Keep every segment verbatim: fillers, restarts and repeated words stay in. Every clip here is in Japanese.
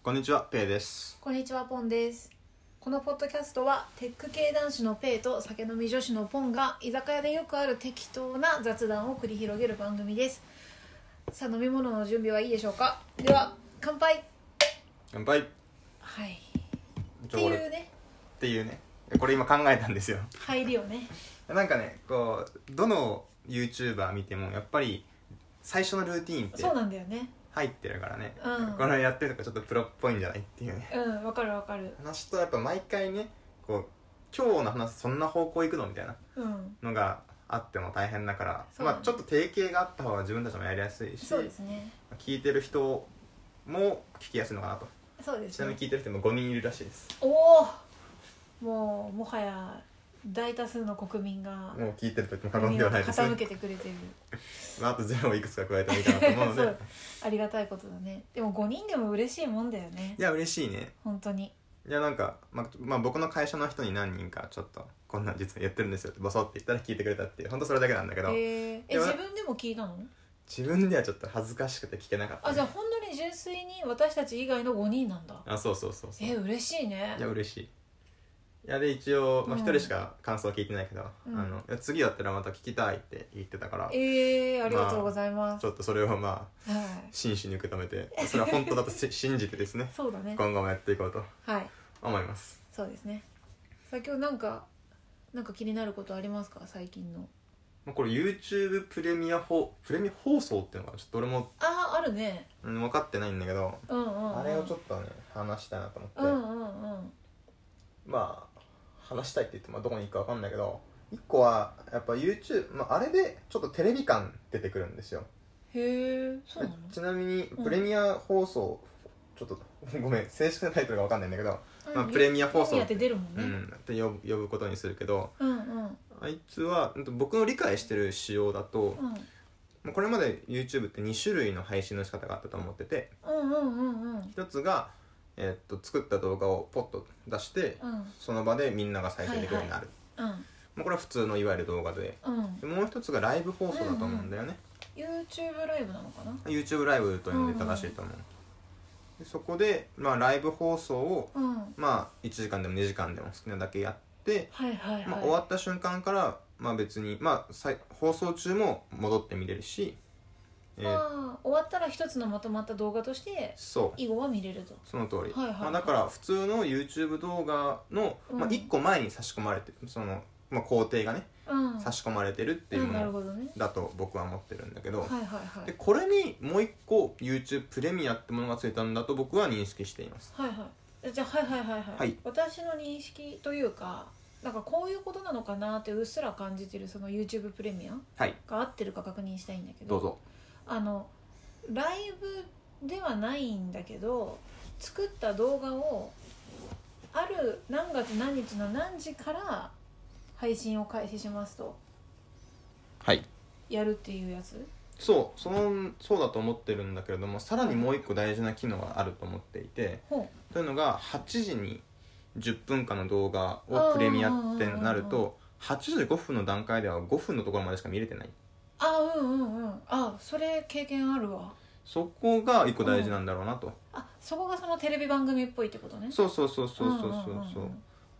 こんにちは、ペイです。 こんにちは、ポンです。このポッドキャストはテック系男子のペイと酒飲み女子のポンが居酒屋でよくある適当な雑談を繰り広げる番組です。さあ、飲み物の準備はいいでしょうか。では乾杯。 乾杯。 はい。 ちょっていうねっていうねこれ今考えたんですよ。 入りをね。 なんかね、こうどの YouTuber 見てもやっぱり最初のルーティーンってそうなんだよね。 入ってるからね、 うん、 これやってるとかちょっとプロっぽいんじゃないっていうね。 うんわかるわかる。 話とやっぱ毎回ね、こう今日の話そんな方向行くのみたいなのがあっても大変だから、 うん、 まあちょっと定型があった方が自分たちもやりやすいし、 そうですね、 聞いてる人も聞きやすいのかなと。 そうですね。 ちなみに聞いてる人もごにんいるらしいです。 おお、もうもはや大多数の国民がもう聞いてる時も過言ではないですね。 傾けてくれてるまあ、あとゼロをいくつか加えてもいいかなと思うのでそうありがたいことだね。でもごにんでも嬉しいもんだよね。 いや嬉しいね。 本当に。 いやなんか、まあ、まあ僕の会社の人に何人かちょっとこんなん実は言ってるんですよってボソって言ったら聞いてくれたっていう、本当それだけなんだけど、 えー、え自分でも聞いたの？ 自分ではちょっと恥ずかしくて聞けなかった、ね、 あ、じゃあ本当に純粋に私たち以外のごにんなんだ。 あ、そうそうそうそう。 えー、嬉しいね。 いや嬉しい。いやで一応、まあ、ひとりしか感想は聞いてないけど、 うん、 あのいや次だったらまた聞きたいって言ってたから、 えー、ありがとうございます、 まあ、ちょっとそれをまあ、はい、真摯に受け止めて、それは本当だと信じてですねそうだね、 今後もやっていこうと思います、 はい、そうですね。先ほどなんかなんか気になることありますか、最近の。 これ YouTube プレミア放プレミア放送っていうのがちょっと俺もああるね、 うん、分かってないんだけど、 うんうんうん、 あれをちょっとね話したいなと思って、 うんうんうん、 まあ話したいって言ってもどこに行くか分かんないけど、いっこはやっぱ YouTube、まあ、あれでちょっとテレビ感出てくるんですよ。 へえ、そうなの？ ちなみにプレミア放送、うん、ちょっとごめん正式なタイトルが分かんないんだけど、うん、まあ、プレミア放送って出るもんね、 うん、って呼ぶ、呼ぶことにするけど、 うんうん、 あいつは僕の理解してる仕様だと、うん、これまで YouTube ってに種類の配信の仕方があったと思ってて、 うんうんうんうん、 ひとつが、えー、っと作った動画をポッと出して、うん、その場でみんなが再生できるようになる、はいはい、うん、まあ、これは普通のいわゆる動画で、うん、でもう一つがライブ放送だと思うんだよね、 うんうん、YouTube ライブなのかな。 YouTube ライブと呼んで正しいと思う、うんうん、でそこで、まあ、ライブ放送を、うん、まあ、いちじかんでもにじかんでも好きなだけやって、はいはいはい、まあ、終わった瞬間から、まあ、別に、まあ、放送中も戻って見れるし、 えー、あ終わったら一つのまとまった動画として以後は見れると。 その通り、はいはいはい、まあ、だから普通の YouTube 動画の、うん、まあ、いっこまえに差し込まれてるその、まあ、工程がね、うん、差し込まれてるっていうものだと僕は思ってるんだけど、うん、はいはいはい、でこれにもういっこ YouTube プレミアってものがついたんだと僕は認識しています。 はいはい、じゃあはいはいはいはい、はい、私の認識というかなんかこういうことなのかなってうっすら感じてるその YouTube プレミアが合ってるか確認したいんだけど、 どうぞ。 あのライブではないんだけど作った動画をある何月何日の何時から配信を開始しますとはいやるっていうやつ。 そうそのそうだと思ってるんだけれども、さらにもう一個大事な機能があると思っていて、というのがはちじにじゅっぷんかんの動画をプレミアってなるとはちじごふんの段階ではごふんのところまでしか見れてない。 あ、うんうんうん、あ、それ経験あるわ。 そこが一個大事なんだろうなと、うん、 あ、そこがそのテレビ番組っぽいってことね。 そうそうそうそうそうそうそう、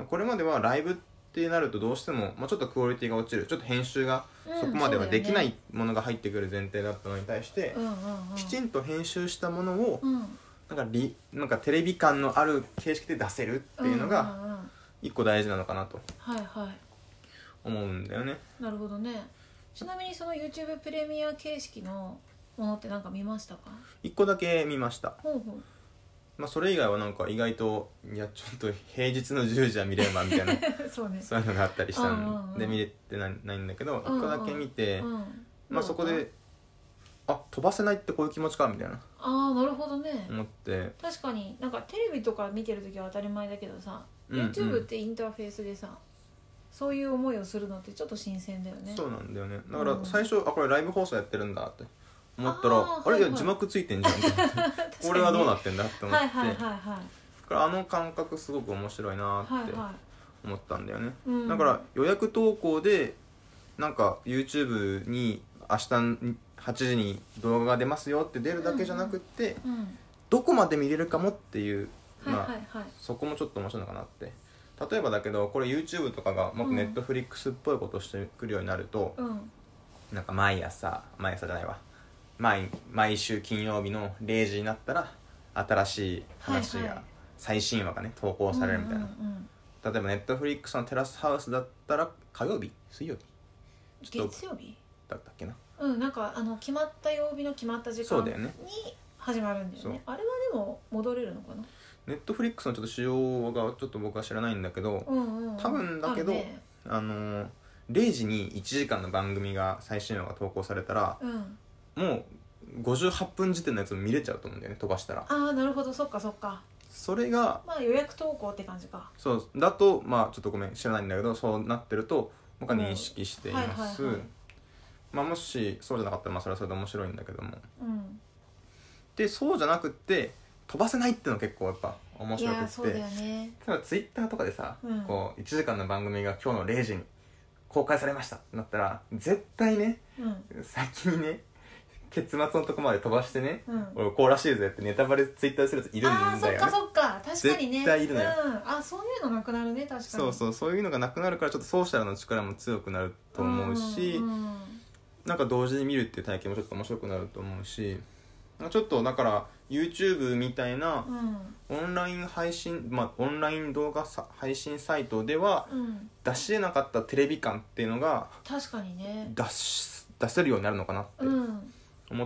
これまではライブってなるとどうしても、まあ、ちょっとクオリティが落ちる、ちょっと編集がそこまではできないものが入ってくる前提だったのに対して、うんうんうん、きちんと編集したものを、うん、なんかリなんかテレビ感のある形式で出せるっていうのが一個大事なのかなと思うんだよね。 なるほどね。ちなみにその YouTube プレミア形式のものって何か見ましたか？ 一個だけ見ました。ほうほう、まあ、それ以外はなんか意外といやちょっと平日のじゅうじは見ればみたいなそう、ね、そういうのがあったりしたんで見れてない、ないんだけど、一個だけ見て、うんうん、まあ、そこであ飛ばせないってこういう気持ちかみたいな、 ああなるほどね思って、 確かになんかテレビとか見てるときは当たり前だけどさ、うんうん、YouTube ってインターフェースでさそういう思いをするのってちょっと新鮮だよね。 そうなんだよね。だから最初、うん、あこれライブ放送やってるんだって思ったら あ, あれ、はいはい、字幕ついてんじゃんってこれはどうなってんだって思って、はいはいはいはい、だからあの感覚すごく面白いなって思ったんだよね、はいはい、だから予約投稿でなんか YouTube に明日はちじに動画が出ますよって出るだけじゃなくって、うんうんうん、 どこまで見れるかもっていう、まあはいはいはい、 そこもちょっと面白いのかなって。例えばだけどこれ YouTube とかがもっと Netflix っぽいことをしてくるようになると、 うん、 なんか毎朝毎朝じゃないわ毎毎週金曜日のれいじになったら新しい話はいはいが最新話がね投稿されるみたいな、 うんうんうん、 例えば Netflix のテラスハウスだったら火曜日水曜日ちょっと月曜日だったっけな、 うん、なんかあの決まった曜日の決まった時間に始まるんだよね。あれはでも戻れるのかな。 ネットフリックスのちょっと仕様がちょっと僕は知らないんだけど、 うんうんうん、 多分だけどあ、 ね、 あのれいじにいちじかんの番組が最新話が投稿されたら、 うん、 もうごじゅうはっぷん時点のやつも見れちゃうと思うんだよね、飛ばしたら。 ああなるほど、そっかそっか。 それがまあ予約投稿って感じか。 そうだと、まあちょっとごめん知らないんだけど、そうなってると僕は認識しています、 はいはいはい、 まあもしそうじゃなかったらまあそれはそれで面白いんだけども、 うん、 でそうじゃなくって飛ばせないっていうのが結構やっぱ面白くって、 いやそうだよね。 例えばツイッターとかでさ、 うん、 こういちじかんの番組が今日のれいじに公開されましたってなったら絶対ね、 うん、 先にね結末のとこまで飛ばしてね、 うん、 俺こうらしいぜってネタバレツイッターするやついるんだよね。 あーそっかそっか、確かにね絶対いるのよ、 うん、あそういうのなくなるね、確かに。 そうそう、そういうのがなくなるからちょっとソーシャルの力も強くなると思うし、 うんうん、 なんか同時に見るっていう体験もちょっと面白くなると思うし、なんかちょっとだから YouTube みたいなオンライン配信、まあオンライン動画さ配信サイトでは出し得なかったテレビ感っていうのが確かにね出し出せるようになるのかなってうん思って、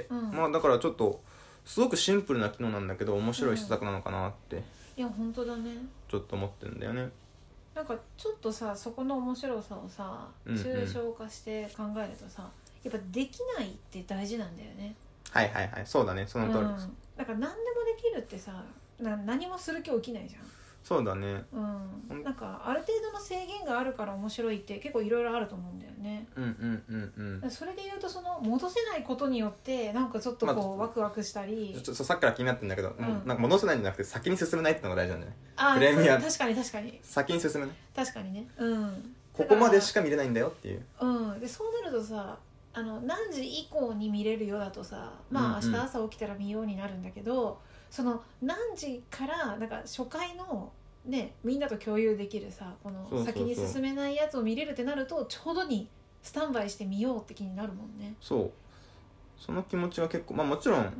うんまあだからちょっとすごくシンプルな機能なんだけど面白い施策なのかなっていや本当だね。 ちょっと思ってるんだよね。 なんかちょっとさそこの面白さをさうんうん抽象化して考えるとさ、やっぱできないって大事なんだよね。 はいはいはい、そうだね、その通りです、 うん、だから何でもできるってさな何もする気起きないじゃん。 そうだね、 うん、なんかある程度の制限があるから面白いって結構いろいろあると思うんだよね。 うんうんうんうん。 それで言うとその戻せないことによってなんかちょっとこう、まあ、ワクワクしたり、 ちょっとさっきから気になってるんだけど、 うん、 もうなんか戻せないんじゃなくて先に進めないってのが大事なんだよね。 あプレミア確かに確かに先に進めない、 確かにね、うん、 ここまでしか見れないんだよっていう、 うん、でそうなるとさあの何時以降に見れるよだとさまあうんうん明日朝起きたら見ようになるんだけど、その何時からなんか初回のねみんなと共有できるさこの先に進めないやつを見れるってなるとちょうどにスタンバイしてみようって気になるもんね。 そうその気持ちが結構まあもちろん、 うん、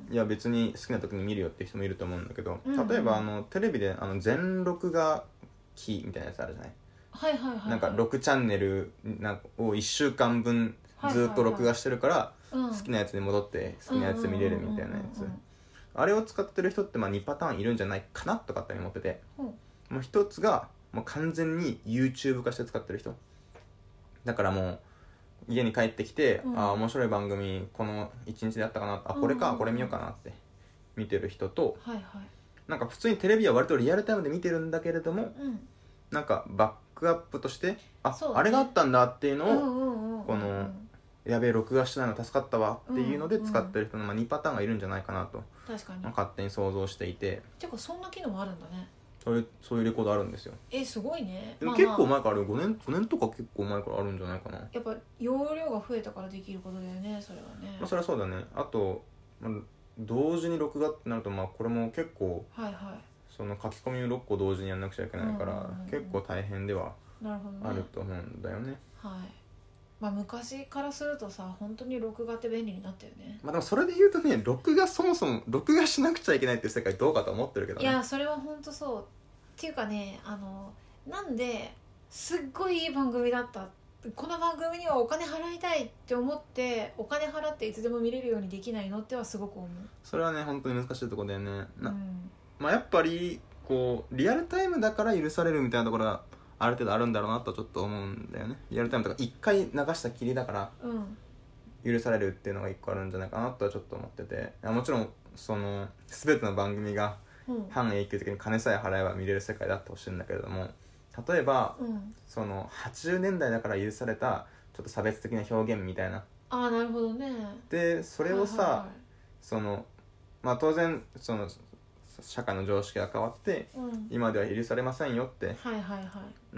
いや別に好きな時に見るよっていう人もいると思うんだけど、 うんうん、 例えばあのテレビであの全録画機みたいなやつあるじゃない、 はいはいはいはい、 なんかろくチャンネルなんかをいっしゅうかんぶんずっと録画してるから、はいはいはい、好きなやつに戻って好きなやつ見れるみたいなやつ、あれを使ってる人ってまあにパターンいるんじゃないかなとかって思ってて、うん、もう一つがもう完全に YouTube 化して使ってる人だから、もう家に帰ってきて、うん、ああ面白い番組このいちにちであったかな、あこれか、うんうんうん、これ見ようかなって見てる人と、はいはい、なんか普通にテレビは割とリアルタイムで見てるんだけれども、うん、なんかバックアップとして あ,、ね、あれがあったんだっていうのを、うんうんうん、このやべえ録画してないの助かったわっていうので使ってる人のまあにパターンがいるんじゃないかなと、 確かに、 まあ、勝手に想像していて、 てかそんな機能あるんだね。 そういうそういうレコードあるんですよ。 えすごいね。 でも結構前からある、ごねんごねんとか結構前からあるんじゃないかな。 やっぱ容量が増えたからできることだよね、それはね。 まあそれはそうだね。あと、まあ、同時に録画ってなるとまあこれも結構、 はいはい、 その書き込みをろっこ同時にやんなくちゃいけないから、うんうんうんうん、結構大変ではあると思うんだよね。 はい。まあ昔からするとさ本当に録画って便利になったよね。 まあでもそれで言うとね、録画そもそも録画しなくちゃいけないっていう世界どうかと思ってるけどね。 いやそれは本当そうっていうかね、あのなんですっごいいい番組だった、この番組にはお金払いたいって思ってお金払っていつでも見れるようにできないのってはすごく思う。 それはね本当に難しいところだよね。な、 うん、 まあやっぱりこうリアルタイムだから許されるみたいなところがある程度あるんだろうなとちょっと思うんだよね。リアルタイムとかいっかい流したきりだから許されるっていうのがいっこあるんじゃないかなとはちょっと思ってて、もちろんその全ての番組が半永久的に金さえ払えば見れる世界だってほしいんだけれども、例えば、うん、そのはちじゅうねんだいだから許されたちょっと差別的な表現みたいな、 あーなるほどね。 でそれをさ、はいはいはい、そのまあ当然その社会の常識が変わって、うん、今では許されませんよって、 はいはいはい、 な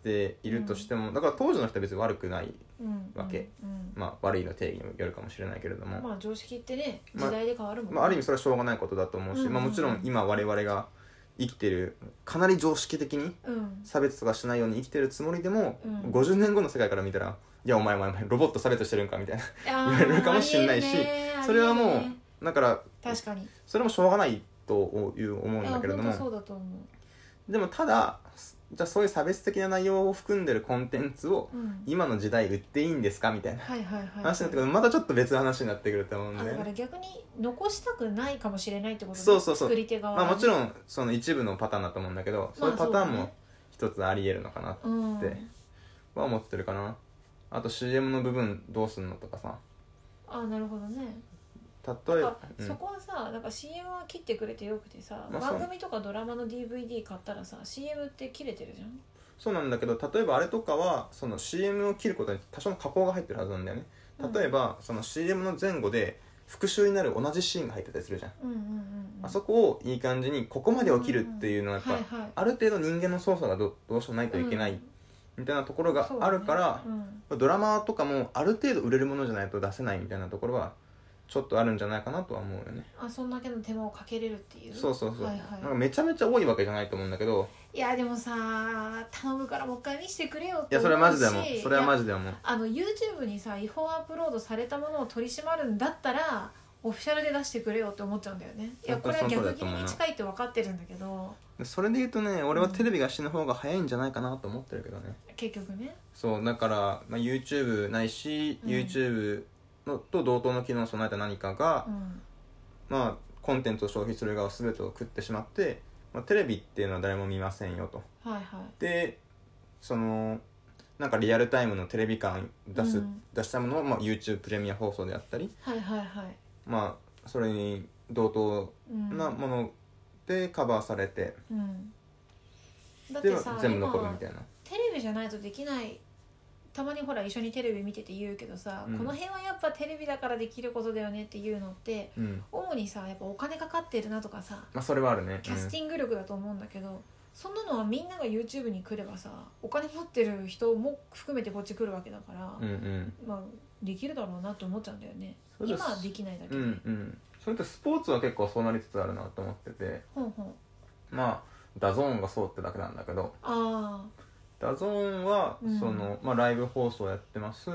ているとしても、うん、だから当時の人は別に悪くないわけ、 うんうんうん、 まあ悪いの定義にもよるかもしれないけれども、 まあ常識ってね時代で変わるもんね、 まあ、まあ、ある意味それはしょうがないことだと思うし、うんうんうん、まあ、もちろん今我々が生きてるかなり常識的に差別とかしないように生きてるつもりでも、うん、ごじゅうねんごの世界から見たらいやお前お前お前ロボット差別してるんかみたいな言われるかもしれないし、それはもうだから確かにそれもしょうがないという思うんだけれども、 そうだと思う。 でもただじゃあそういう差別的な内容を含んでるコンテンツを今の時代売っていいんですかみたいな話になってくるとまたちょっと別の話になってくると思うんで、 だから逆に残したくないかもしれないってことね。 そうそうそう、 作り手側は、ね、まあ、もちろんその一部のパターンだと思うんだけど、そういうパターンも一つあり得るのかなっては思ってるかな。あと シーエム の部分どうすんのとかさ。 ああなるほどね。 例えば、 うん、そこはさなんか シーエム は切ってくれてよくてさ、まあ、番組とかドラマの ディーブイディー 買ったらさ シーエム って切れてるじゃん。 そうなんだけど、例えばあれとかはその シーエム を切ることに多少の加工が入ってるはずなんだよね。例えば、うん、その シーエム の前後で復習になる同じシーンが入ってたりするじゃん、うんうんうんうん、あそこをいい感じにここまでを切るっていうのはやっぱ、うんうんはいはい、ある程度人間の操作が ど, どうしてもないといけない、うん、みたいなところがあるから、ねうん、ドラマとかもある程度売れるものじゃないと出せないみたいなところはちょっとあるんじゃないかなとは思うよね。 あ、そんだけの手間をかけれるっていう。 そうそうそう、 はいはい、 なんかめちゃめちゃ多いわけじゃないと思うんだけど、 いやでもさ頼むからもう一回見せてくれよって思うし、 いやそれはマジでもそれはマジでもあの YouTube にさ違法アップロードされたものを取り締まるんだったらオフィシャルで出してくれよって思っちゃうんだよね。いやこれは逆切りに近いって分かってるんだけど、 それで言うとね俺はテレビが死ぬ方が早いんじゃないかなと思ってるけどね、 うん、結局ね。 そうだから、まあ、YouTube ないし、うん、YouTube のと同等の機能を備えた何かが、うん、まあコンテンツを消費する側全てを食ってしまって、まあ、テレビっていうのは誰も見ませんよと、 はいはい、 でそのなんかリアルタイムのテレビ感出す、うん、出したものを、まあ、YouTube プレミア放送であったり、 はいはいはい、 まあそれに同等なものでカバーされて、 うん、だってさ全部残るみたいな。 テレビじゃないとできない。たまにほら一緒にテレビ見てて言うけどさ、うん、この辺はやっぱテレビだからできることだよねっていうのって、うん、主にさやっぱお金かかってるなとかさ、 まあ、それはあるね、 キャスティング力だと思うんだけど、うん、そんなのはみんなが YouTube に来ればさお金持ってる人も含めてこっち来るわけだから、うんうん、まあ、できるだろうなって思っちゃうんだよね。今はできないだけで、うんうん、 それとスポーツは結構そうなりつつあるなと思ってて、 ほんほん、 まあダゾーンがそうってだけなんだけど、 あダゾーンはその、うんまあ、ライブ放送やってます、うんうん、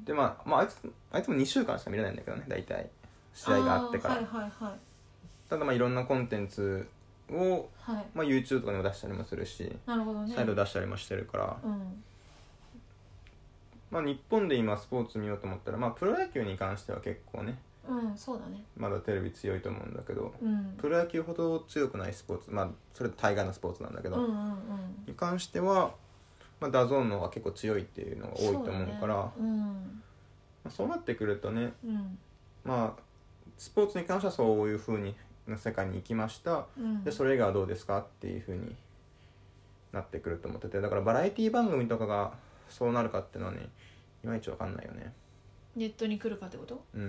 でまあ、まあ、あいつあいつもにしゅうかんしか見れないんだけどね大体試合があってから、 はいはいはい、 ただまあいろんなコンテンツを、 はいまあ、YouTube とかにも出したりもするし、 なるほどね、 再度出したりもしてるから、 うんまあ、日本で今スポーツ見ようと思ったら、まあ、プロ野球に関しては結構ね、 うん、そうだね、 まだテレビ強いと思うんだけど、 うん、 プロ野球ほど強くないスポーツ、まあそれ大概のスポーツなんだけど、 うんうんうん、 に関しては、まあ、ダゾーンの方が結構強いっていうのが多いと思うから、 そう、ね、うんまあ、そうなってくるとね、 うん、 まあスポーツに関してはそういう風にな世界に行きました、うん、でそれ以外はどうですかっていう風になってくると思ってて、だからバラエティ番組とかがそうなるかっていうのはねいまいち分かんないよね。 ネットに来るかってこと？ うん、うん、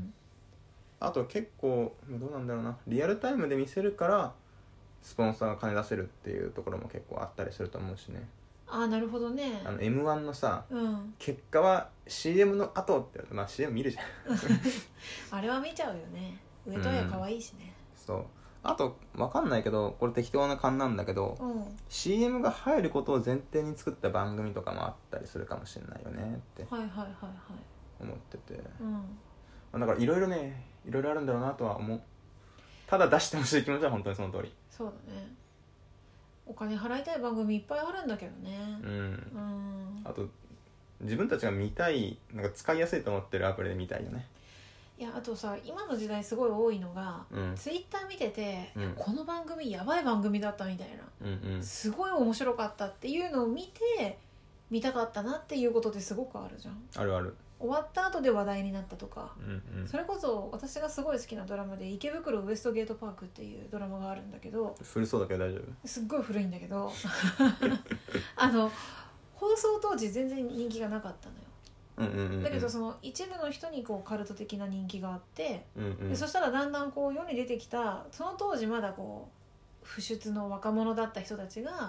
あと結構どうなんだろうな、リアルタイムで見せるからスポンサーが金出せるっていうところも結構あったりすると思うしね。 ああなるほどね。 あの エムワン のさ、 うん、 結果は シーエム の後って言われて、まあ シーエム 見るじゃんあれは見ちゃうよね。上戸彩可愛いしね、 うん、そう。あと分かんないけどこれ適当な勘なんだけど、うん、シーエム が入ることを前提に作った番組とかもあったりするかもしれないよねってはいはいはいはい思ってて、 うん、 だからいろいろねいろいろあるんだろうなとは思う。ただ出してほしい気持ちは本当にその通り。 そうだね。お金払いたい番組いっぱいあるんだけどね。 うん、うん、 あと自分たちが見たいなんか使いやすいと思ってるアプリで見たいよね。 いやあとさ今の時代すごい多いのが、うん、ツイッター見てて、うん、この番組やばい番組だったみたいな、うんうん、すごい面白かったっていうのを見て見たかったなっていうことってすごくあるじゃん。 あるある。 終わった後で話題になったとか、 うんうん、 それこそ私がすごい好きなドラマで池袋ウエストゲートパークっていうドラマがあるんだけど、 古そうだけど大丈夫？ すっごい古いんだけどあの放送当時全然人気がなかったのよ。 うんうんうんうん、 だけどその一部の人にこうカルト的な人気があって、 うんうん、 でそしたらだんだんこう世に出てきたその当時まだこう不出の若者だった人たちが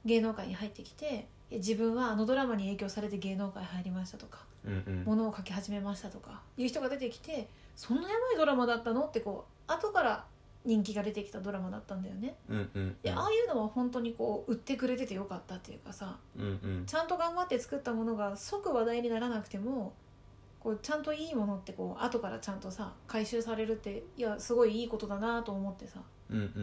芸能界に入ってきて、自分はあのドラマに影響されて芸能界入りましたとか、 うんうん、 ものを書き始めましたとかいう人が出てきて、そんなやばいドラマだったのってこう後から人気が出てきたドラマだったんだよね、 うんうんうん、 でああいうのは本当にこう売ってくれててよかったっていうかさ、 うんうん、 ちゃんと頑張って作ったものが即話題にならなくてもこうちゃんといいものってこう後からちゃんとさ回収されるって、いやすごいいいことだなと思ってさ、 うんうんうん、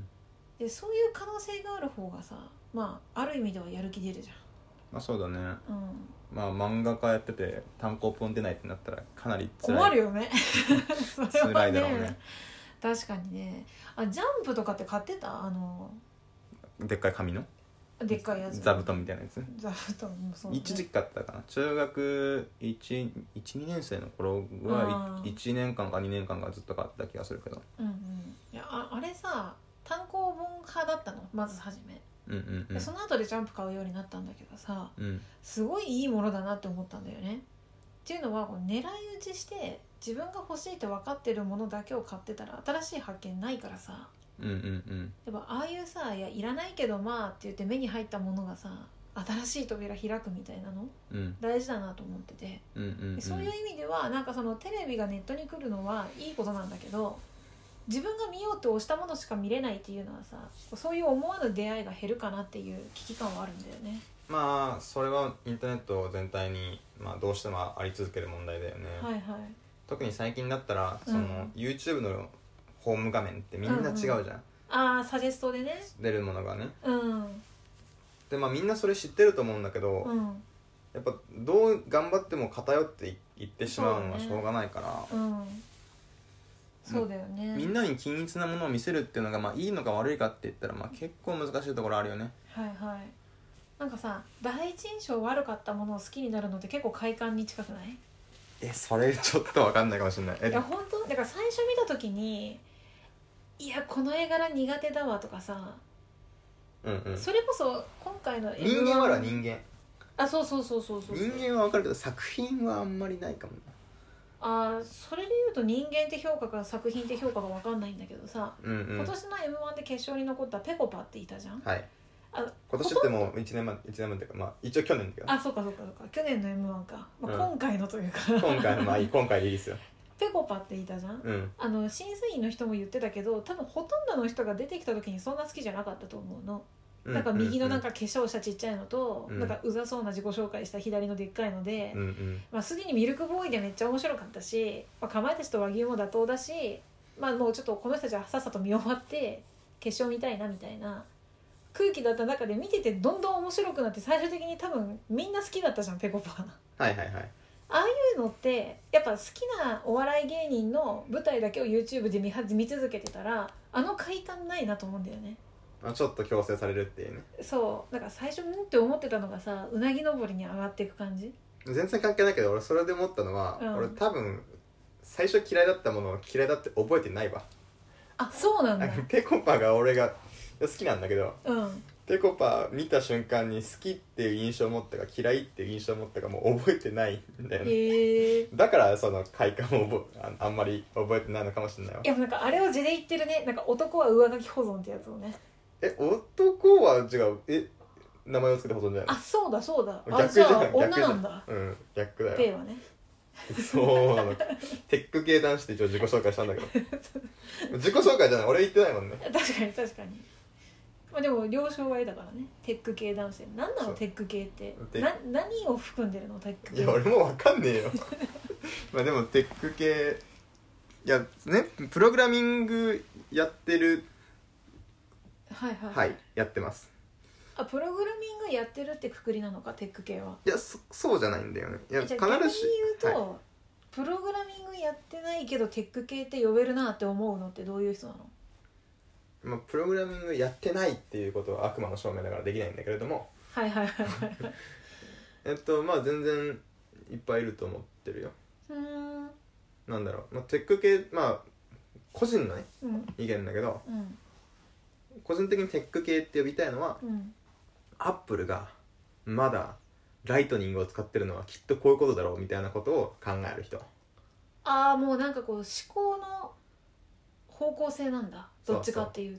でそういう可能性がある方がさ、まあある意味ではやる気出るじゃん。 まあそうだね、 うん、 まあ漫画家やってて単行本出ないってなったらかなり辛い、 困るよねそれはね、 辛いだろうね。 確かにね。あ、ジャンプとかって買ってた？あのでっかい紙のでっかいやつ、 座布団みたいなやつ。 座布団もそう、ね、 一時期買ってたかな。中学 いち、いち、にねん生の頃はいちねんかんかにねんかんかずっと買った気がするけど、 うんうん、いや あ, あれさ単行本派だったのまず初め、 うんうんうん、 でその後でジャンプ買うようになったんだけどさ、 うん、 すごいいいものだなって思ったんだよね。っていうのはこう狙い撃ちして自分が欲しいって分かってるものだけを買ってたら新しい発見ないからさ、 うんうんうん、 やっぱああいうさ、いやいらないけどまあって言って目に入ったものがさ新しい扉開くみたいなの、うん、大事だなと思ってて、うんうんうん、そういう意味ではなんかそのテレビがネットに来るのはいいことなんだけど、自分が見ようって押したものしか見れないっていうのはさ、そういう思わぬ出会いが減るかなっていう危機感はあるんだよね。 まあそれはインターネット全体に、まあ、どうしてもあり続ける問題だよね、 はいはい、 特に最近だったらその、うん、YouTube のホーム画面ってみんな違うじゃん、うんうん、 ああサジェストでね出るものがね、 うん、 でまあみんなそれ知ってると思うんだけど、うん、やっぱどう頑張っても偏っていってしまうのはしょうがないから、 そうだね、うん、そうだよね。 みんなに均一なものを見せるっていうのがまあいいのか悪いかって言ったらまあ結構難しいところあるよね。 はいはい。なんかさ、第一印象悪かったものを好きになるのって結構快感に近くない？ え、それちょっと分かんないかもしれない。え、 いや本当だから最初見た時にいやこの絵柄苦手だわとかさ、うんうん、それこそ今回の エムワン人間はら人間、 あ、そうそうそうそうそう、 人間は分かるけど作品はあんまりないかもな。 あ、それで言うと人間って評価か作品って評価が分かんないんだけどさ、うんうん、今年の エムワン で決勝に残ったぺこぱっていたじゃん。はい。あ、 今年ってもういちねんまえいちねんまえっていうか、まあ一応去年だけど、 あ、そうかそうかそうか、去年の エムワン か、まあ、今回のというか、 うん、今回のまあ今回でいいですよ。 ぺこぱっていたじゃん、うん、あの審査員の人も言ってたけど多分ほとんどの人が出てきた時にそんな好きじゃなかったと思うの、うん、なんか右のなんか化粧したちっちゃいのと、うん、なんかうざそうな自己紹介した左のでっかいので、うんうん、まあ、すでにミルクボーイでめっちゃ面白かったし、まあ、かまいたちと和牛も妥当だし、まあ、もうちょっとこの人たちはさっさと見終わって決勝見たいなみたいな空気だった中で見ててどんどん面白くなって最終的に多分みんな好きだったじゃんぺこぱ。 はいはいはい。 ああいうのってやっぱ好きなお笑い芸人の舞台だけを YouTube で 見, 見続けてたらあの快感ないなと思うんだよね。 あ、ちょっと強制されるっていうね。 そうだから最初うんって思ってたのがさうなぎ登りに上がっていく感じ。 全然関係ないけど俺それで思ったのは、うん、俺多分最初嫌いだったものを嫌いだって覚えてないわ。 あ、そうなんだ。 ぺこぱが俺が好きなんだけど、 うん、 ぺこぱ見た瞬間に好きっていう印象を持ったか嫌いっていう印象を持ったかもう覚えてないんだよね。へー。だからその快感を覚え あ, あんまり覚えてないのかもしれないわ。 いやなんかあれを字で言ってるね。なんか男は上書き保存ってやつをね。 え、男は違う。え、名前をつけて保存じゃない？ あ、そうだそうだ。 逆じゃん。 あ、じゃあ女なんだ。 うん、逆だよ。 ペイはね。 そうなの。テック系男子って一応自己紹介したんだけど自己紹介じゃない、俺言ってないもんね。 確かに確かに。まあ、でも了承は得だからね。テック系男性何なのテック系ってな何を含んでるのテック系。 いや俺も分かんねえよまあでもテック系、いやね、プログラミングやってる、 はいはい、 はい、やってます。 あ、プログラミングやってるってくくりなのかテック系は。 いや そ, そうじゃないんだよね。いや必ずし逆に言うと、はい、プログラミングやってないけどテック系って呼べるなって思うのってどういう人なの？ まあ、プログラミングやってないっていうことは悪魔の証明だからできないんだけれども、 はいはいはいはいえっとまあ全然いっぱいいると思ってるよ。 うーん、 なんだろう、まあ、テック系、まあ個人のね、 うん、 意見だけど、 うん、 個人的にテック系って呼びたいのは、うん、アップルがまだライトニングを使ってるのはきっとこういうことだろうみたいなことを考える人。 ああ、もうなんかこう思考の方向性なんだ。どっちかっていうと